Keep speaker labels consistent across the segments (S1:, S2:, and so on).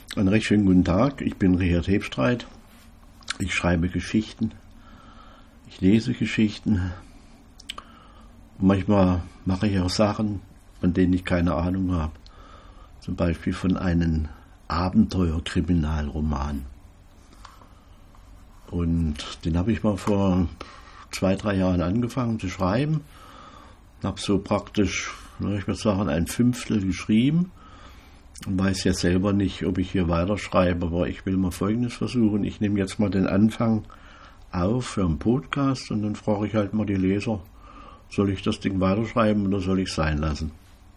S1: Einen recht schönen guten Tag, ich bin Richard Hebstreit. Ich schreibe Geschichten, ich lese Geschichten. Manchmal mache ich auch Sachen, von denen ich keine Ahnung habe. Zum Beispiel von einem Abenteuerkriminalroman. Und den habe ich mal vor 2-3 Jahren angefangen zu schreiben. Habe so praktisch, ich würde sagen, 1/5 geschrieben. Und weiß ja selber nicht, ob ich hier weiterschreibe, aber ich will mal Folgendes versuchen. Ich nehme jetzt mal den Anfang auf für einen Podcast und dann frage ich halt mal die Leser, soll ich das Ding weiterschreiben oder soll ich es sein lassen?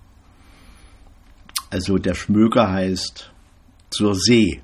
S1: Also der Schmöker heißt Zur See.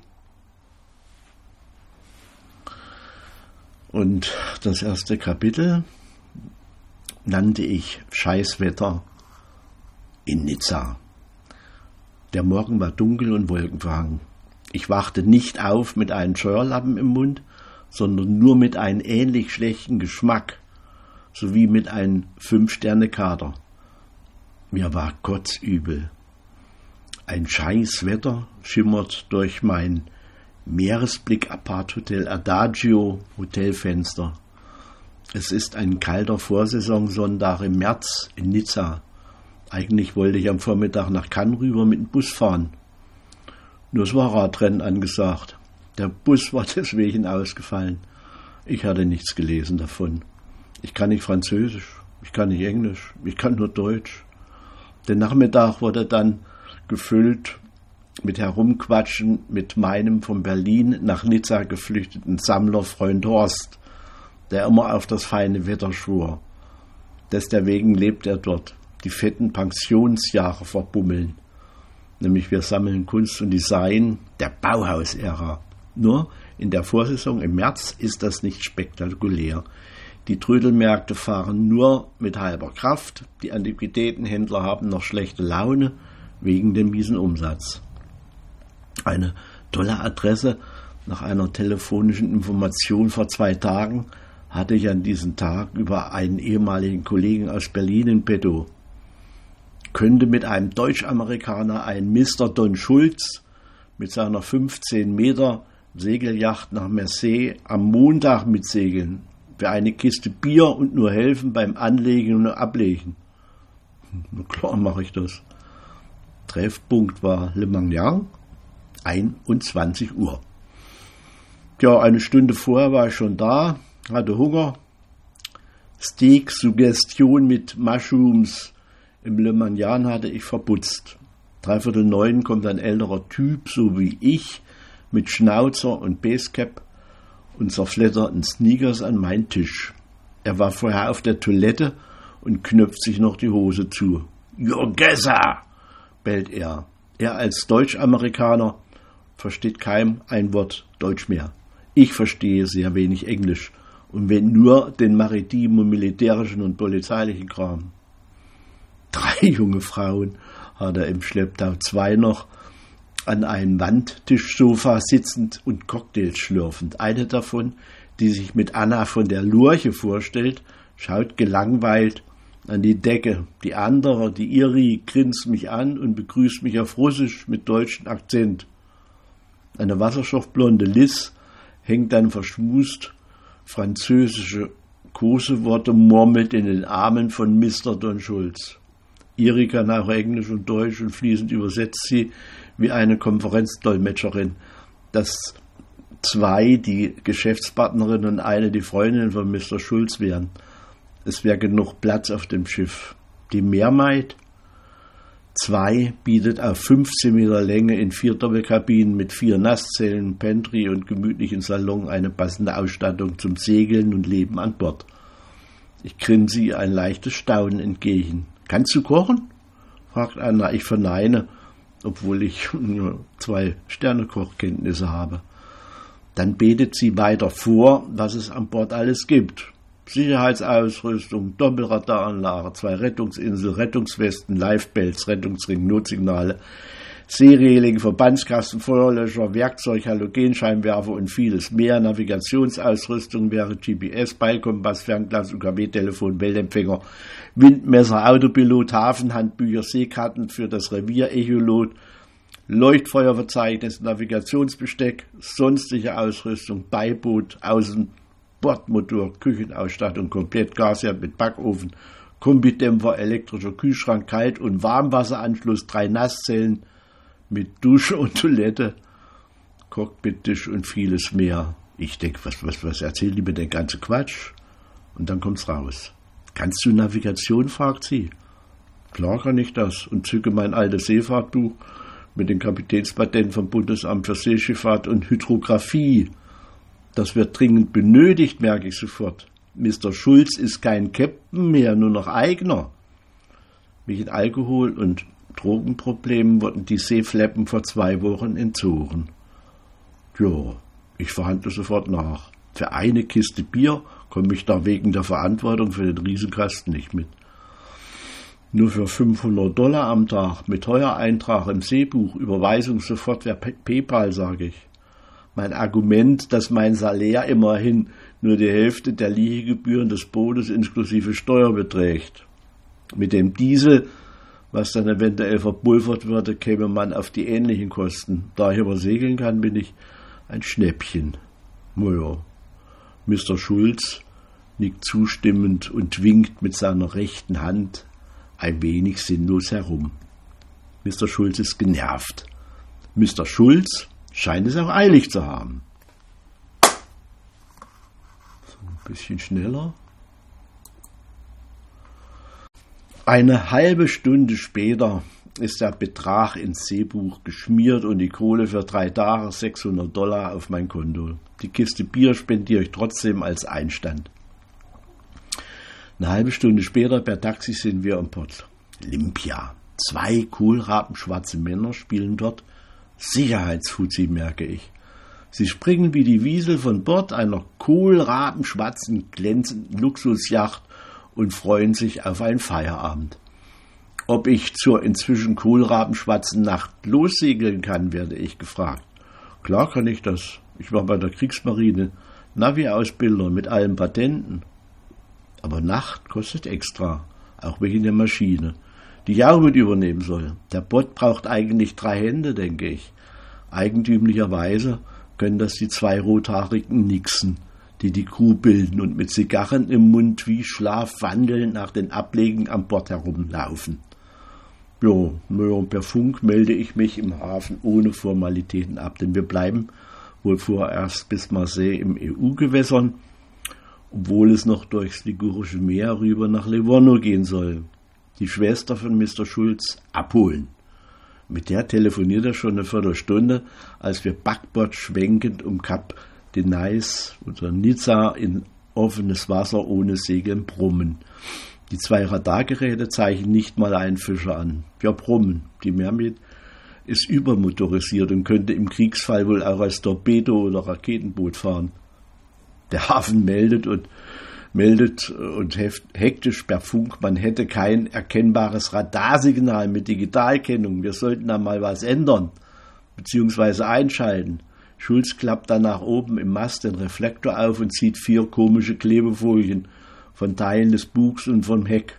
S1: Und das erste Kapitel nannte ich Scheißwetter in Nizza. Der Morgen war dunkel und wolkenverhangen. Ich wachte nicht auf mit einem Scheuerlappen im Mund, sondern nur mit einem ähnlich schlechten Geschmack, sowie mit einem 5-Sterne-Kater. Mir war kotzübel. Ein Scheißwetter schimmert durch mein Meeresblick-Apart-Hotel Adagio Hotelfenster. Es ist ein kalter Vorsaisonsonntag im März in Nizza. Eigentlich wollte ich am Vormittag nach Cannes rüber mit dem Bus fahren. Nur es war Radrennen angesagt. Der Bus war deswegen ausgefallen. Ich hatte nichts gelesen davon. Ich kann nicht Französisch, ich kann nicht Englisch, ich kann nur Deutsch. Der Nachmittag wurde dann gefüllt mit Herumquatschen mit meinem von Berlin nach Nizza geflüchteten Sammlerfreund Horst, der immer auf das feine Wetter schwor. Deswegen lebt er dort. Die fetten Pensionsjahre verbummeln. Nämlich wir sammeln Kunst und Design der Bauhaus-Ära. Nur in der Vorsaison im März ist das nicht spektakulär. Die Trödelmärkte fahren nur mit halber Kraft. Die Antiquitätenhändler haben noch schlechte Laune wegen dem miesen Umsatz. Eine tolle Adresse nach einer telefonischen Information vor 2 Tagen hatte ich an diesem Tag über einen ehemaligen Kollegen aus Berlin in petto. Könnte mit einem Deutsch-Amerikaner ein Mr. Don Schulz mit seiner 15 Meter Segelyacht nach Marseille am Montag mitsegeln, für eine Kiste Bier und nur helfen beim Anlegen und Ablegen. Na klar mache ich das. Treffpunkt war Le Mans, 21 Uhr. Ja, eine Stunde vorher war ich schon da, hatte Hunger. Steak-Suggestion mit Mushrooms im Le Mans hatte ich verputzt. 8:45 kommt ein älterer Typ, so wie ich, mit Schnauzer und Basecap und zerfledderten Sneakers an meinen Tisch. Er war vorher auf der Toilette und knöpft sich noch die Hose zu. »Your Gesser«, bellt er. Er als Deutsch-Amerikaner versteht kein ein Wort Deutsch mehr. Ich verstehe sehr wenig Englisch und wenn nur den maritimen und militärischen und polizeilichen Kram. 3 junge Frauen hat er im Schlepptau, 2 noch an einem Wandtischsofa sitzend und Cocktails schlürfend. Eine davon, die sich mit Anna von der Lurche vorstellt, schaut gelangweilt an die Decke. Die andere, die Iri, grinst mich an und begrüßt mich auf Russisch mit deutschem Akzent. Eine wasserstoffblonde Liz hängt dann verschmust französische Koseworte murmelt in den Armen von Mr. Don Schulz. Iri kann auch Englisch und Deutsch und fließend übersetzt sie wie eine Konferenzdolmetscherin, dass 2 die Geschäftspartnerin und eine die Freundin von Mr. Schulz wären. Es wäre genug Platz auf dem Schiff. Die Mehrmaid 2 bietet auf 15 Meter Länge in 4 Doppelkabinen mit 4 Nasszellen, Pantry und gemütlichen Salon eine passende Ausstattung zum Segeln und Leben an Bord. Ich grinse ihr ein leichtes Staunen entgegen. »Kannst du kochen?« fragt Anna. Ich verneine, obwohl ich nur 2-Sterne-Kochkenntnisse habe. Dann betet sie weiter vor, was es an Bord alles gibt. Sicherheitsausrüstung, Doppelradaranlage, 2 Rettungsinseln, Rettungswesten, Lifebelts, Rettungsring, Notsignale, Seereling, Verbandskasten, Feuerlöscher, Werkzeug, Halogenscheinwerfer und vieles mehr. Navigationsausrüstung wäre GPS, Beilkompass, Fernglas, UKW-Telefon, Weltempfänger, Windmesser, Autopilot, Hafenhandbücher, Seekarten für das Revier, Echolot, Leuchtfeuerverzeichnis, Navigationsbesteck, sonstige Ausrüstung, Beiboot, Außenbordmotor, Küchenausstattung, komplett Gasherd mit Backofen, Kombidämpfer, elektrischer Kühlschrank, Kalt- und Warmwasseranschluss, 3 Nasszellen mit Dusche und Toilette, Cockpittisch und vieles mehr. Ich denke, was erzählt die mir den ganzen Quatsch? Und dann kommt's raus. Kannst du Navigation, fragt sie. Klar kann ich das und zücke mein altes Seefahrtbuch mit dem Kapitänspatent vom Bundesamt für Seeschifffahrt und Hydrographie. Das wird dringend benötigt, merke ich sofort. Mr. Schulz ist kein Captain mehr, nur noch Eigner. Wegen Alkohol- und Drogenproblemen wurden die Seefleppen vor 2 Wochen entzogen. Ja, ich verhandle sofort nach. Für eine Kiste Bier komme ich da wegen der Verantwortung für den Riesenkasten nicht mit. Nur für $500 am Tag mit Teuereintrag im Seebuch, Überweisung sofort per PayPal, sage ich. Mein Argument, dass mein Salär immerhin nur die Hälfte der Liegegebühren des Bootes inklusive Steuer beträgt. Mit dem Diesel, was dann eventuell verpulvert würde, käme man auf die ähnlichen Kosten. Da ich aber segeln kann, bin ich ein Schnäppchen. Naja, Mr. Schulz nickt zustimmend und winkt mit seiner rechten Hand ein wenig sinnlos herum. Mr. Schulz ist genervt. Mr. Schulz scheint es auch eilig zu haben. So, ein bisschen schneller. Eine halbe Stunde später ist der Betrag ins Seebuch geschmiert und die Kohle für 3 Tage, $600 auf mein Konto. Die Kiste Bier spendiere ich trotzdem als Einstand. Eine halbe Stunde später per Taxi sind wir am Port. Olympia. 2 kohlrabenschwarze Männer spielen dort Sicherheitsfuzzi, merke ich. Sie springen wie die Wiesel von Bord einer kohlrabenschwarzen, glänzenden Luxusjacht und freuen sich auf einen Feierabend. Ob ich zur inzwischen kohlrabenschwarzen Nacht lossegeln kann, werde ich gefragt. Klar kann ich das. Ich war bei der Kriegsmarine, Navi-Ausbilder mit allen Patenten. Aber Nacht kostet extra, auch wegen der Maschine, die ich auch mit übernehmen soll. Der Bot braucht eigentlich 3 Hände, denke ich. Eigentümlicherweise können das die 2 rothaarigen Nixen, die die Crew bilden und mit Zigarren im Mund wie schlafwandelnd nach den Ablegen am Bord herumlaufen. Ja, per Funk melde ich mich im Hafen ohne Formalitäten ab, denn wir bleiben wohl vorerst bis Marseille im EU-Gewässern, obwohl es noch durchs Ligurische Meer rüber nach Livorno gehen soll. Die Schwester von Mr. Schulz abholen. Mit der telefoniert er schon eine Viertelstunde, als wir Backbord schwenkend um Kap Denais oder Nizza in offenes Wasser ohne Segeln brummen. Die 2 Radargeräte zeichnen nicht mal einen Fischer an. Wir brummen. Die Mermaid ist übermotorisiert und könnte im Kriegsfall wohl auch als Torpedo oder Raketenboot fahren. Der Hafen meldet und hektisch per Funk, man hätte kein erkennbares Radarsignal mit Digitalkennung. Wir sollten da mal was ändern, beziehungsweise einschalten. Schulz klappt dann nach oben im Mast den Reflektor auf und zieht 4 komische Klebefolien von Teilen des Bugs und vom Heck.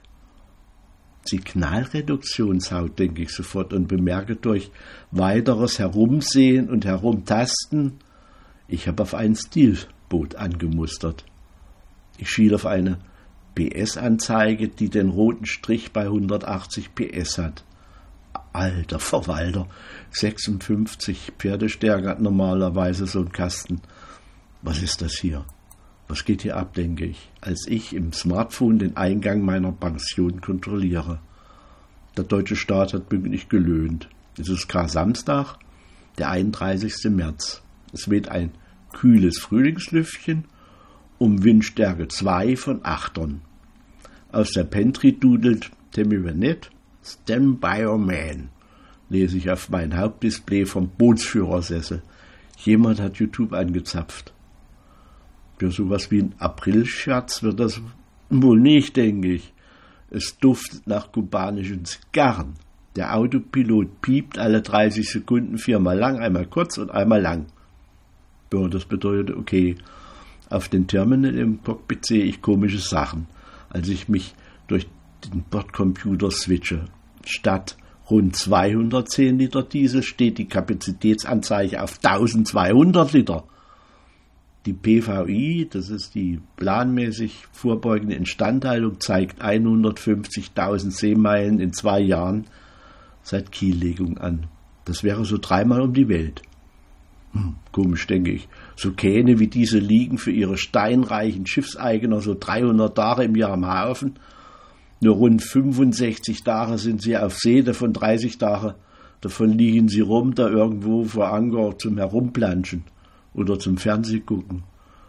S1: Signalreduktionshaut, denke ich sofort und bemerke durch weiteres Herumsehen und Herumtasten, ich habe auf ein Stilboot angemustert. Ich schiele auf eine PS-Anzeige, die den roten Strich bei 180 PS hat. Alter Verwalter, 56 Pferdestärke hat normalerweise so ein Kasten. Was ist das hier? Was geht hier ab, denke ich, als ich im Smartphone den Eingang meiner Pension kontrolliere. Der deutsche Staat hat pünktlich gelöhnt. Es ist Kar-Samstag, der 31. März. Es weht ein kühles Frühlingslüftchen um Windstärke 2 von 8. Aus der Pantry dudelt Tammy Burnett, Stand by your man, lese ich auf mein Hauptdisplay vom Bootsführersessel. Jemand hat YouTube angezapft. Ja, sowas wie ein Aprilscherz wird das wohl nicht, denke ich. Es duftet nach kubanischen Zigarren. Der Autopilot piept alle 30 Sekunden 4-mal lang, einmal kurz und einmal lang. Ja, das bedeutet, okay, auf den Terminal im Cockpit sehe ich komische Sachen, als ich mich durch den Bordcomputer switche. Statt rund 210 Liter Diesel steht die Kapazitätsanzeige auf 1200 Liter. Die PVI, das ist die planmäßig vorbeugende Instandhaltung, zeigt 150.000 Seemeilen in 2 Jahren seit Kiellegung an. Das wäre so 3-mal um die Welt. Komisch, denke ich. So Kähne wie diese liegen für ihre steinreichen Schiffseigner so 300 Tage im Jahr am Hafen. Nur rund 65 Tage sind sie auf See, davon 30 Tage. Davon liegen sie rum, da irgendwo vor Anker zum Herumplanschen oder zum Fernsehgucken.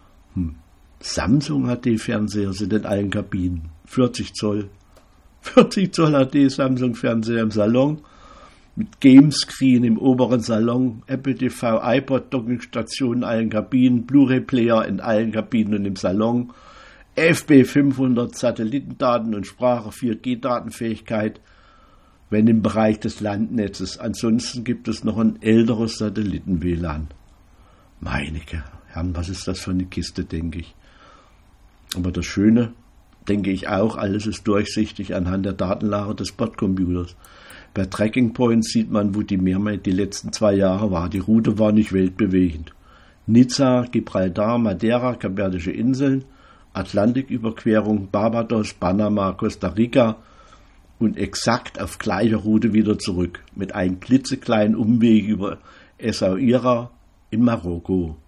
S1: Samsung HD-Fernseher sind in allen Kabinen. 40 Zoll. 40 Zoll HD-Samsung-Fernseher im Salon. Mit Gamescreen im oberen Salon, Apple TV, iPod, Dockingstation in allen Kabinen, Blu-ray-Player in allen Kabinen und im Salon, FB 500 Satellitendaten und Sprache 4G-Datenfähigkeit, wenn im Bereich des Landnetzes. Ansonsten gibt es noch ein älteres Satelliten-WLAN. Meine Herren, was ist das für eine Kiste, denke ich. Aber das Schöne, denke ich auch, alles ist durchsichtig anhand der Datenlage des Bordcomputers. Per Tracking Points sieht man, wo die Mehrheit die letzten 2 Jahre war. Die Route war nicht weltbewegend. Nizza, Gibraltar, Madeira, Kapverdische Inseln, Atlantiküberquerung, Barbados, Panama, Costa Rica und exakt auf gleicher Route wieder zurück. Mit einem klitzekleinen Umweg über Essaouira in Marokko.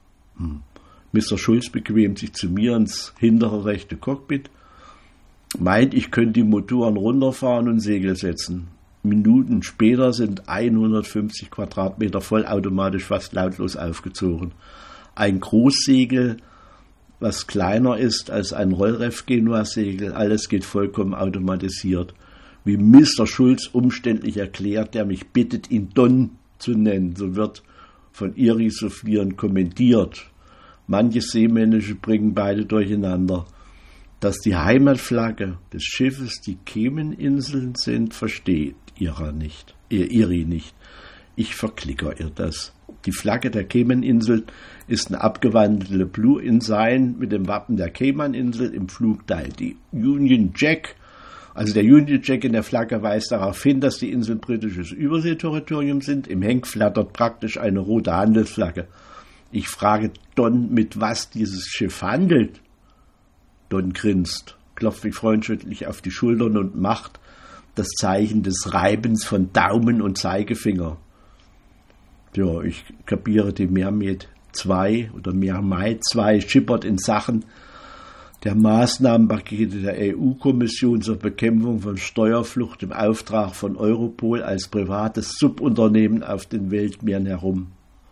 S1: Mr. Schulz bequemt sich zu mir ins hintere rechte Cockpit, meint, ich könnte die Motoren runterfahren und Segel setzen. Minuten später sind 150 Quadratmeter vollautomatisch fast lautlos aufgezogen. Ein Großsegel, was kleiner ist als ein Rollref-Genua-Segel, alles geht vollkommen automatisiert. Wie Mr. Schulz umständlich erklärt, der mich bittet, ihn Don zu nennen, so wird von Iris Soufflieren kommentiert. Manche Seemännische bringen beide durcheinander. Dass die Heimatflagge des Schiffes die Cayman-Inseln sind, versteht Iri nicht. Ich verklicker ihr das. Die Flagge der Cayman-Inseln ist eine abgewandelte Blue Ensign mit dem Wappen der Cayman-Insel im Flugteil. Die Union Jack, also der Union Jack in der Flagge, weist darauf hin, dass die Inseln britisches Überseeterritorium sind. Im Henk flattert praktisch eine rote Handelsflagge. Ich frage Don, mit was dieses Schiff handelt. Don grinst, klopft mich freundschaftlich auf die Schultern und macht das Zeichen des Reibens von Daumen und Zeigefinger. Ja, ich kapiere, die Mermaid 2 oder Mermaid 2 schippert in Sachen der Maßnahmenpakete der EU-Kommission zur Bekämpfung von Steuerflucht im Auftrag von Europol als privates Subunternehmen auf den Weltmeeren herum.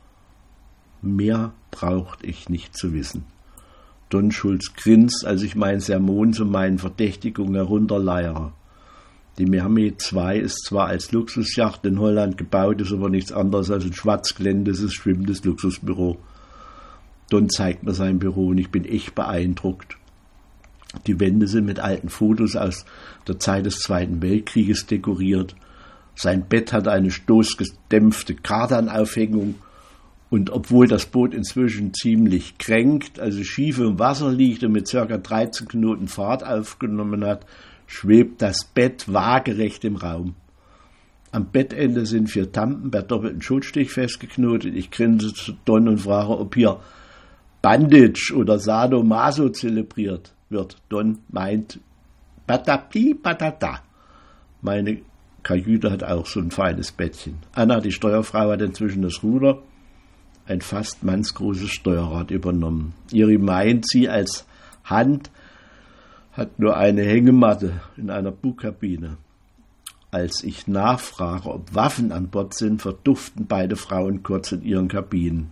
S1: Mehr braucht ich nicht zu wissen. Don Schulz grinst, als ich mein Sermon zu meinen Verdächtigungen herunterleiere. Die Mermaid 2 ist zwar als Luxusjacht in Holland gebaut, ist aber nichts anderes als ein schwarzglänzendes, schwimmendes Luxusbüro. Don zeigt mir sein Büro und ich bin echt beeindruckt. Die Wände sind mit alten Fotos aus der Zeit des Zweiten Weltkrieges dekoriert. Sein Bett hat eine stoßgedämpfte Kartanaufhängung. Und obwohl das Boot inzwischen ziemlich kränkt, also schief im Wasser liegt und mit ca. 13 Knoten Fahrt aufgenommen hat, schwebt das Bett waagerecht im Raum. Am Bettende sind 4 Tampen per doppelten Schutzstich festgeknotet. Ich grinse zu Don und frage, ob hier Bandage oder Sadomaso zelebriert wird. Don meint Patati Patata. Meine Kajüte hat auch so ein feines Bettchen. Anna, die Steuerfrau, hat inzwischen das Ruder, ein fast mannsgroßes Steuerrad, übernommen. Iri meint, sie als Hand hat nur eine Hängematte in einer Bugkabine. Als ich nachfrage, ob Waffen an Bord sind, verduften beide Frauen kurz in ihren Kabinen.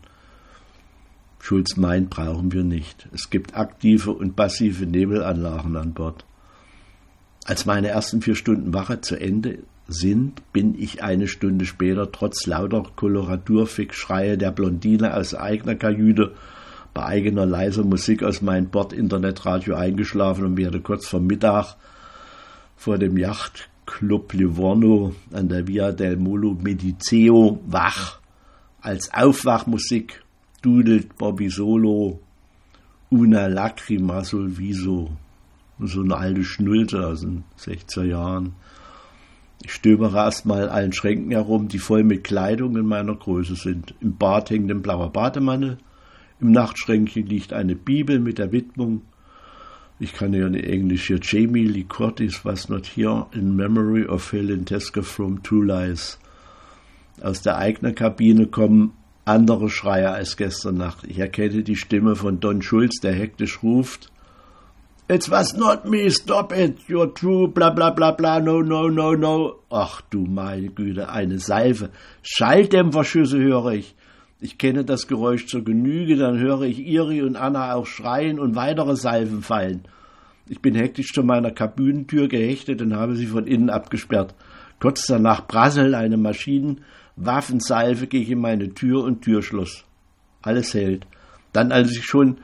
S1: Schulz meint, brauchen wir nicht. Es gibt aktive und passive Nebelanlagen an Bord. Als meine ersten 4 Stunden Wache zu Ende sind, bin ich eine Stunde später trotz lauter Koloraturfix-Schreie der Blondine aus eigener Kajüte bei eigener leiser Musik aus meinem Bord-Internetradio eingeschlafen und werde kurz vor Mittag vor dem Yachtclub Livorno an der Via del Molo Mediceo wach. Als Aufwachmusik dudelt Bobby Solo Una Lacrima sul Viso. So eine alte Schnulte aus den 60er Jahren. Ich stöbere erstmal allen Schränken herum, die voll mit Kleidung in meiner Größe sind. Im Bad hängt ein blauer Bademantel. Im Nachtschränkchen liegt eine Bibel mit der Widmung. Ich kann ja nicht Englisch hier. Jamie Lee Curtis was not here in memory of Helen Teske from True Lies. Aus der Eignerkabine kommen andere Schreie als gestern Nacht. Ich erkenne die Stimme von Don Schulz, der hektisch ruft: It's was not me, stop it, you're true, bla bla bla bla, no, no, no, no. Ach du meine Güte, eine Salve. Schalldämpferschüsse höre ich. Ich kenne das Geräusch zur Genüge, dann höre ich Iri und Anna auch schreien und weitere Salven fallen. Ich bin hektisch zu meiner Kabinentür gehechtet und habe sie von innen abgesperrt. Kurz danach prasselt eine Maschinenwaffensalve gegen meine Tür und Türschloss. Alles hält. Dann, als ich schon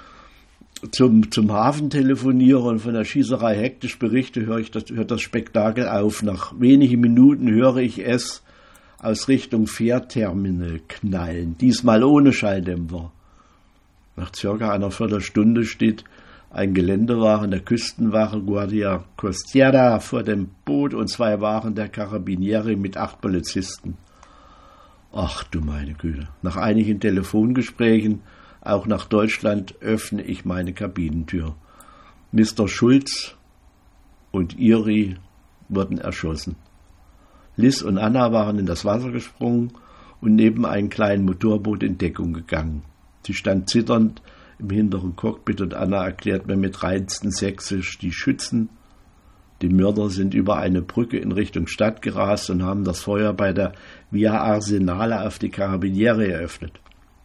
S1: zum Hafen telefoniere und von der Schießerei hektisch berichte, hört das Spektakel auf. Nach wenigen Minuten höre ich es aus Richtung Fährterminal knallen, diesmal ohne Schalldämpfer. Nach circa einer Viertelstunde steht ein Geländewagen der Küstenwache Guardia Costiera vor dem Boot und 2 Wagen der Carabinieri mit 8 Polizisten. Ach du meine Güte. Nach einigen Telefongesprächen, auch nach Deutschland, öffne ich meine Kabinentür. Mr. Schulz und Iri wurden erschossen. Liz und Anna waren in das Wasser gesprungen und neben einem kleinen Motorboot in Deckung gegangen. Sie stand zitternd im hinteren Cockpit und Anna erklärt mir mit reinstem Sächsisch: Die Schützen, die Mörder, sind über eine Brücke in Richtung Stadt gerast und haben das Feuer bei der Via Arsenale auf die Carabinieri eröffnet.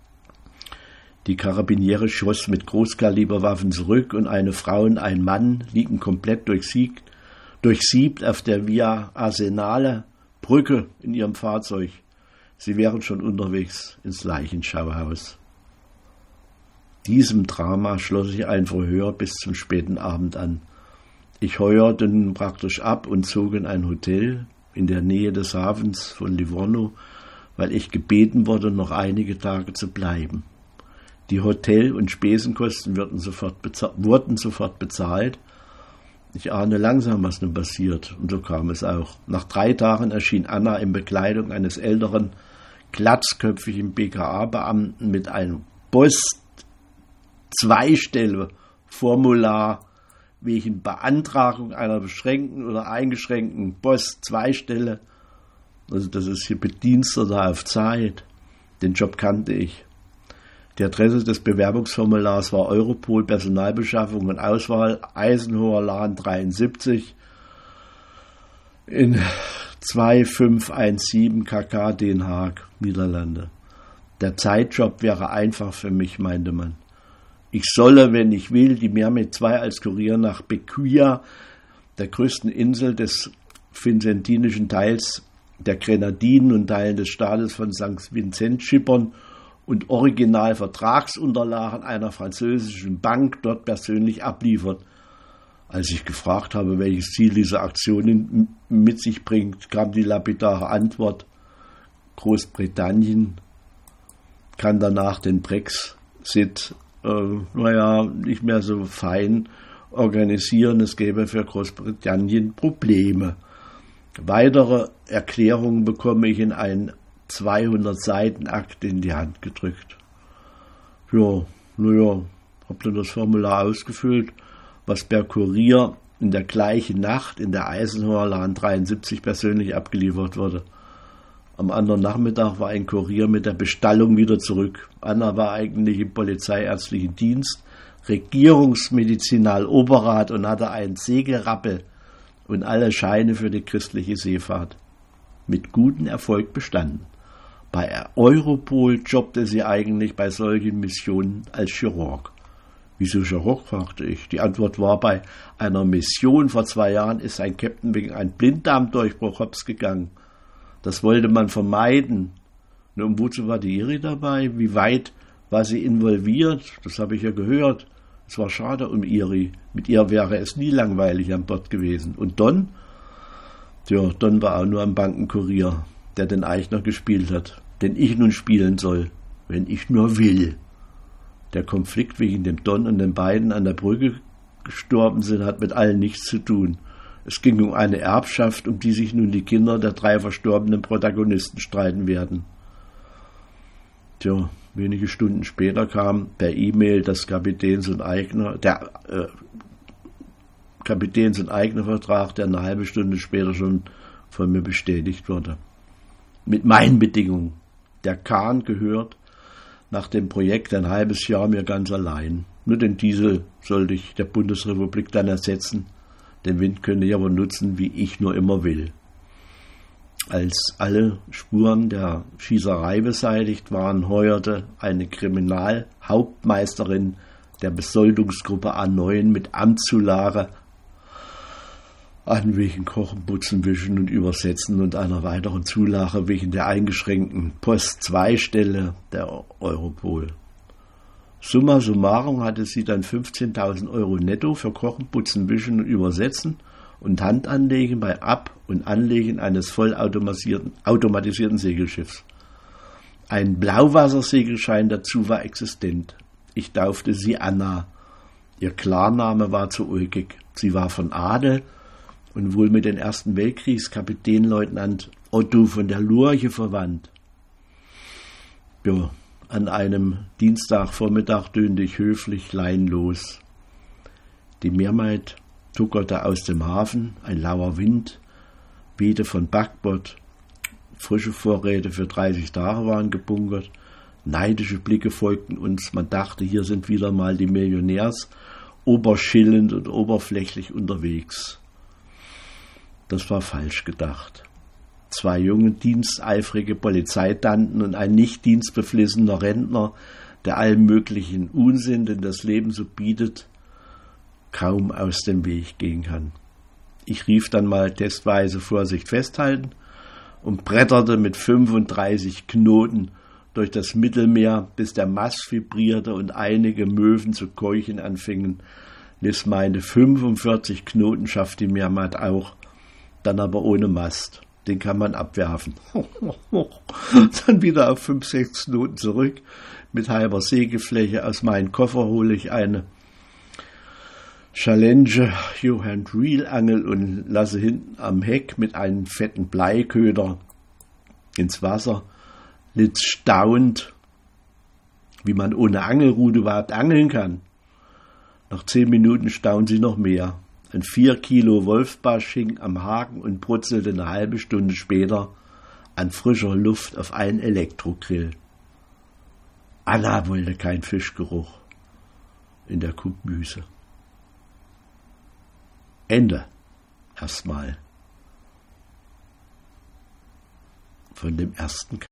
S1: Die Carabinieri schoss mit Großkaliberwaffen zurück und eine Frau und ein Mann liegen komplett durchsiebt auf der Via Arsenale Brücke in ihrem Fahrzeug. Sie wären schon unterwegs ins Leichenschauhaus. Diesem Drama schloss ich ein Verhör bis zum späten Abend an. Ich heuerte nun praktisch ab und zog in ein Hotel in der Nähe des Hafens von Livorno, weil ich gebeten wurde, noch einige Tage zu bleiben. Die Hotel- und Spesenkosten wurden sofort bezahlt. Ich ahne langsam, was nun passiert, und so kam es auch. Nach 3 Tagen erschien Anna in Bekleidung eines älteren, glatzköpfigen BKA-Beamten mit einem Post-2-Stelle-Formular wegen Beantragung einer beschränkten oder eingeschränkten Post-2-Stelle. Also das ist hier Bediensteter auf Zeit. Den Job kannte ich. Die Adresse des Bewerbungsformulars war Europol, Personalbeschaffung und Auswahl, Eisenhower Laan 73 in 2517 KK Den Haag, Niederlande. Der Zeitjob wäre einfach für mich, meinte man. Ich solle, wenn ich will, die Mermaid 2 als Kurier nach Bequia, der größten Insel des vincentinischen Teils der Grenadinen und Teilen des Staates von St. Vincent schippern und Originalvertragsunterlagen einer französischen Bank dort persönlich abliefern. Als ich gefragt habe, welches Ziel diese Aktion mit sich bringt, kam die lapidare Antwort: Großbritannien kann danach den Brexit nicht mehr so fein organisieren. Es gäbe für Großbritannien Probleme. Weitere Erklärungen bekomme ich in einen 200-Seiten-Akt in die Hand gedrückt. Hab dann das Formular ausgefüllt, was per Kurier in der gleichen Nacht in der Eisenhower Laan 73 persönlich abgeliefert wurde. Am anderen Nachmittag war ein Kurier mit der Bestallung wieder zurück. Anna war eigentlich im polizeiärztlichen Dienst, Regierungsmedizinaloberrat und hatte einen Segelrappel und alle Scheine für die christliche Seefahrt. Mit gutem Erfolg bestanden. Bei Europol jobbte sie eigentlich bei solchen Missionen als Chirurg. Wieso Chirurg, fragte ich. Die Antwort war: Bei einer Mission vor 2 Jahren ist ein Captain wegen einem Blinddarmdurchbruch hops gegangen. Das wollte man vermeiden. Und wozu war die Iri dabei? Wie weit war sie involviert? Das habe ich ja gehört. Es war schade um Iri. Mit ihr wäre es nie langweilig an Bord gewesen. Und Don? Tja, Don war auch nur ein Bankenkurier, der den Eichner gespielt hat, den ich nun spielen soll, wenn ich nur will. Der Konflikt wegen dem Don und den beiden an der Brücke gestorben sind, hat mit allen nichts zu tun. Es ging um eine Erbschaft, um die sich nun die Kinder der 3 verstorbenen Protagonisten streiten werden. Tja, wenige Stunden später kam per E-Mail das Kapitäns- und Eigener-Vertrag, der eine halbe Stunde später schon von mir bestätigt wurde. Mit meinen Bedingungen. Der Kahn gehört nach dem Projekt ein halbes Jahr mir ganz allein. Nur den Diesel sollte ich der Bundesrepublik dann ersetzen. Den Wind könnte ich aber nutzen, wie ich nur immer will. Als alle Spuren der Schießerei beseitigt waren, heuerte eine Kriminalhauptmeisterin der Besoldungsgruppe A9 mit Amtszulage an wegen Kochen, Putzen, Wischen und Übersetzen und einer weiteren Zulage wegen der eingeschränkten Post-2-Stelle der Europol. Summa summarum hatte sie dann 15.000 € netto für Kochen, Putzen, Wischen und Übersetzen und Handanlegen bei Ab- und Anlegen eines vollautomatisierten Segelschiffs. Ein Blauwassersegelschein dazu war existent. Ich taufte sie Anna. Ihr Klarname war zu ulkig. Sie war von Adel und wohl mit dem Ersten Weltkriegskapitänleutnant Otto von der Lurche verwandt. Ja, an einem Dienstagvormittag tönte ich höflich leinlos. Die Meermaid tuckerte aus dem Hafen, ein lauer Wind wehte von Backbord, frische Vorräte für 30 Tage waren gebunkert, neidische Blicke folgten uns, man dachte, hier sind wieder mal die Millionärs, oberschillend und oberflächlich unterwegs. Das war falsch gedacht. 2 junge, diensteifrige Polizeitanten und ein nicht dienstbeflissener Rentner, der allen möglichen Unsinn, den das Leben so bietet, kaum aus dem Weg gehen kann. Ich rief dann mal testweise Vorsicht festhalten und bretterte mit 35 Knoten durch das Mittelmeer, bis der Mast vibrierte und einige Möwen zu keuchen anfingen. Liz meinte, 45 Knoten schafft die Meermaid auch, dann aber ohne Mast. Den kann man abwerfen. Dann wieder auf 5, 6 Knoten zurück. Mit halber Sägefläche aus meinem Koffer hole ich eine Challenge Johann Reel Angel und lasse hinten am Heck mit einem fetten Bleiköder ins Wasser. Litz staunt, wie man ohne Angelrute überhaupt angeln kann. Nach 10 Minuten staunt sie noch mehr. Ein 4 Kilo Wolfbarsch hing am Haken und brutzelte eine halbe Stunde später an frischer Luft auf einen Elektrogrill. Anna wollte keinen Fischgeruch in der Kuppmüse. Ende erstmal von dem ersten